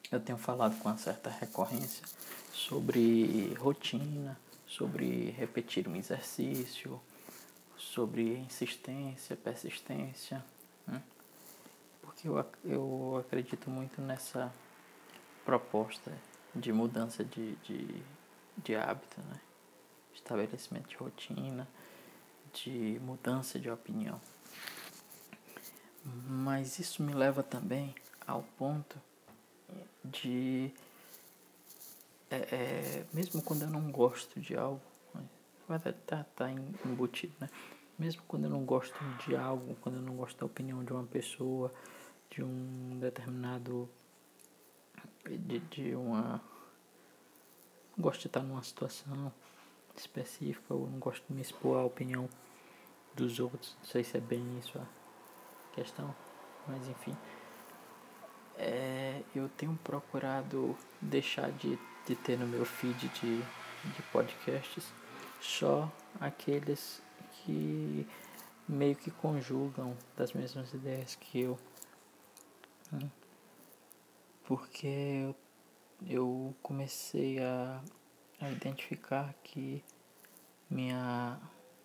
eu tenho falado com uma certa recorrência sobre rotina, sobre repetir um exercício, sobre insistência, persistência, né? Porque eu acredito muito nessa proposta de mudança de hábito, né? Estabelecimento de rotina, de mudança de opinião. Mas isso me leva também ao ponto de, mesmo quando eu não gosto de algo, vai tá embutido, né? Mesmo quando eu não gosto de algo, quando eu não gosto da opinião de uma pessoa, de um determinado, de uma, não gosto de estar numa situação específica, ou não gosto de me expor à opinião dos outros, não sei se é bem isso a questão, mas enfim, eu tenho procurado deixar de ter no meu feed de podcasts só aqueles que meio que conjugam das mesmas ideias que eu, né? Porque eu comecei a identificar que minha,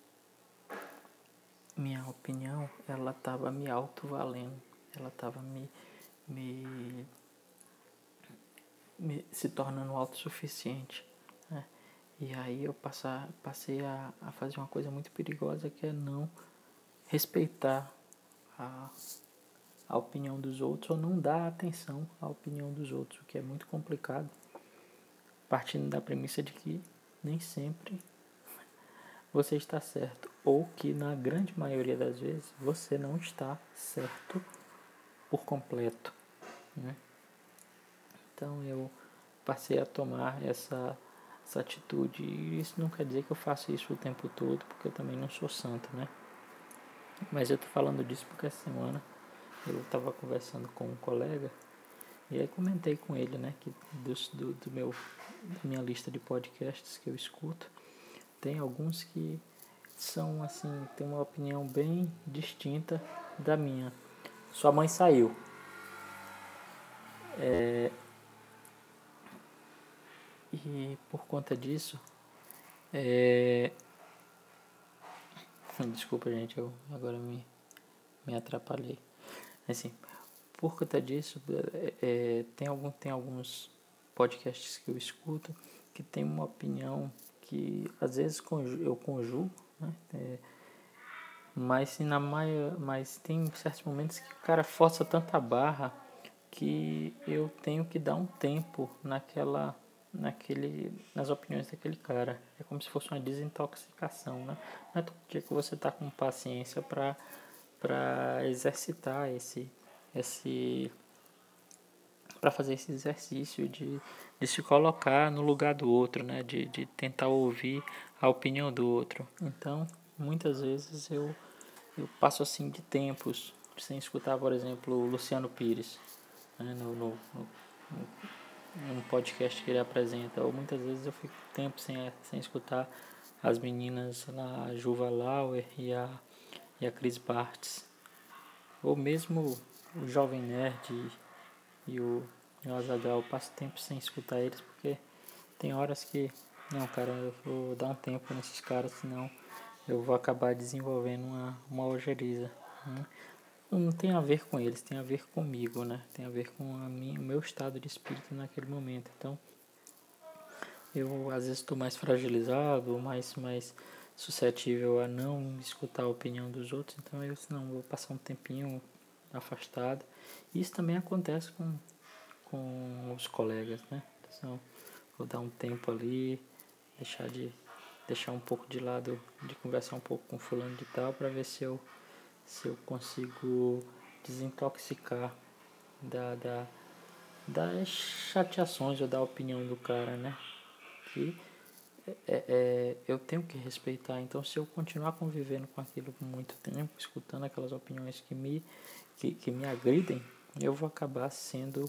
minha opinião, ela estava me auto-valendo, ela estava me, se tornando autossuficiente, né? E aí eu passei a fazer uma coisa muito perigosa, que é não respeitar a, a opinião dos outros, ou não dar atenção à opinião dos outros, o que é muito complicado, partindo da premissa de que nem sempre você está certo, ou que na grande maioria das vezes você não está certo por completo, né? Então eu passei a tomar essa atitude, e isso não quer dizer que eu faça isso o tempo todo, porque eu também não sou santo, né? Mas eu tô falando disso porque essa semana eu estava conversando com um colega e aí comentei com ele, né, que da minha lista de podcasts que eu escuto, tem alguns que são assim, tem uma opinião bem distinta da minha. Sua mãe saiu. E por conta disso, é... desculpa gente, eu agora me atrapalhei. Assim, por conta disso, tem alguns podcasts que eu escuto que tem uma opinião que às vezes eu conjugo, né? Mas tem certos momentos que o cara força tanta barra que eu tenho que dar um tempo nas opiniões daquele cara. É como se fosse uma desintoxicação, né? Não é todo dia que você tá com paciência para exercitar esse para fazer esse exercício de se colocar no lugar do outro, né? De tentar ouvir a opinião do outro. Então, muitas vezes eu passo assim de tempos sem escutar, por exemplo, o Luciano Pires, né? No podcast que ele apresenta. Ou muitas vezes eu fico tempo sem escutar as meninas, a Juva Lauer e a Cris Bartz. Ou mesmo o Jovem Nerd e o Azaghal. Eu passo tempo sem escutar eles porque tem horas que, não, cara, eu vou dar um tempo nesses caras, senão eu vou acabar desenvolvendo uma ojeriza, né? Não tem a ver com eles, tem a ver comigo, né? Tem a ver com o meu estado de espírito naquele momento. Então, eu às vezes estou mais fragilizado, mais suscetível a não escutar a opinião dos outros. Então, eu não vou passar um tempinho afastado. Isso também acontece com os colegas, né? Então, vou dar um tempo ali, deixar um pouco de lado, de conversar um pouco com fulano de tal, para ver se eu consigo desintoxicar da, da, das chateações ou da opinião do cara, né? Que eu tenho que respeitar. Então, se eu continuar convivendo com aquilo por muito tempo, escutando aquelas opiniões que me agridem, eu vou acabar sendo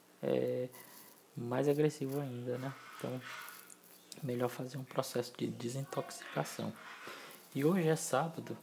mais agressivo ainda, né? Então, melhor fazer um processo de desintoxicação. E hoje é sábado,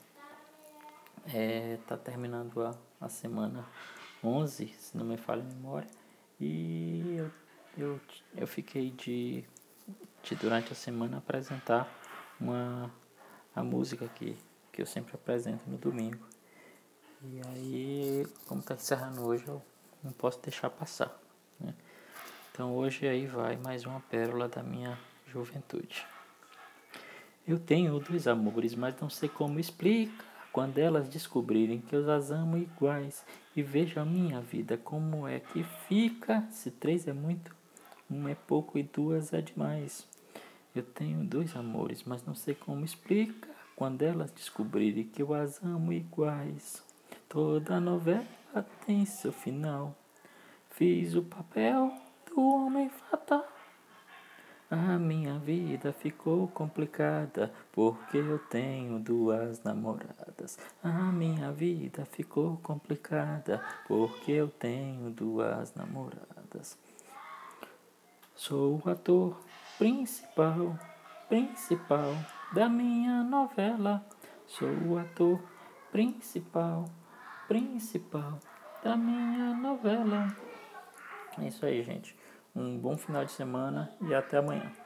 tá terminando a semana 11, se não me falha a memória, e eu eu fiquei de durante a semana apresentar a música que eu sempre apresento no domingo. E aí, como está encerrando hoje, eu não posso deixar passar, né? Então hoje aí vai mais uma pérola da minha juventude. Eu tenho dois amores, mas não sei como explicar. Quando elas descobrirem que eu as amo iguais e vejo a minha vida como é que fica. Se três é muito, um é pouco e duas é demais. Eu tenho dois amores, mas não sei como explicar. Quando elas descobrirem que eu as amo iguais. Toda novela tem seu final. Fiz o papel do homem fatal. A minha vida ficou complicada porque eu tenho duas namoradas. A minha vida ficou complicada porque eu tenho duas namoradas. Sou o ator principal da minha novela. Sou o ator principal da minha novela. É isso aí, gente. Um bom final de semana e até amanhã.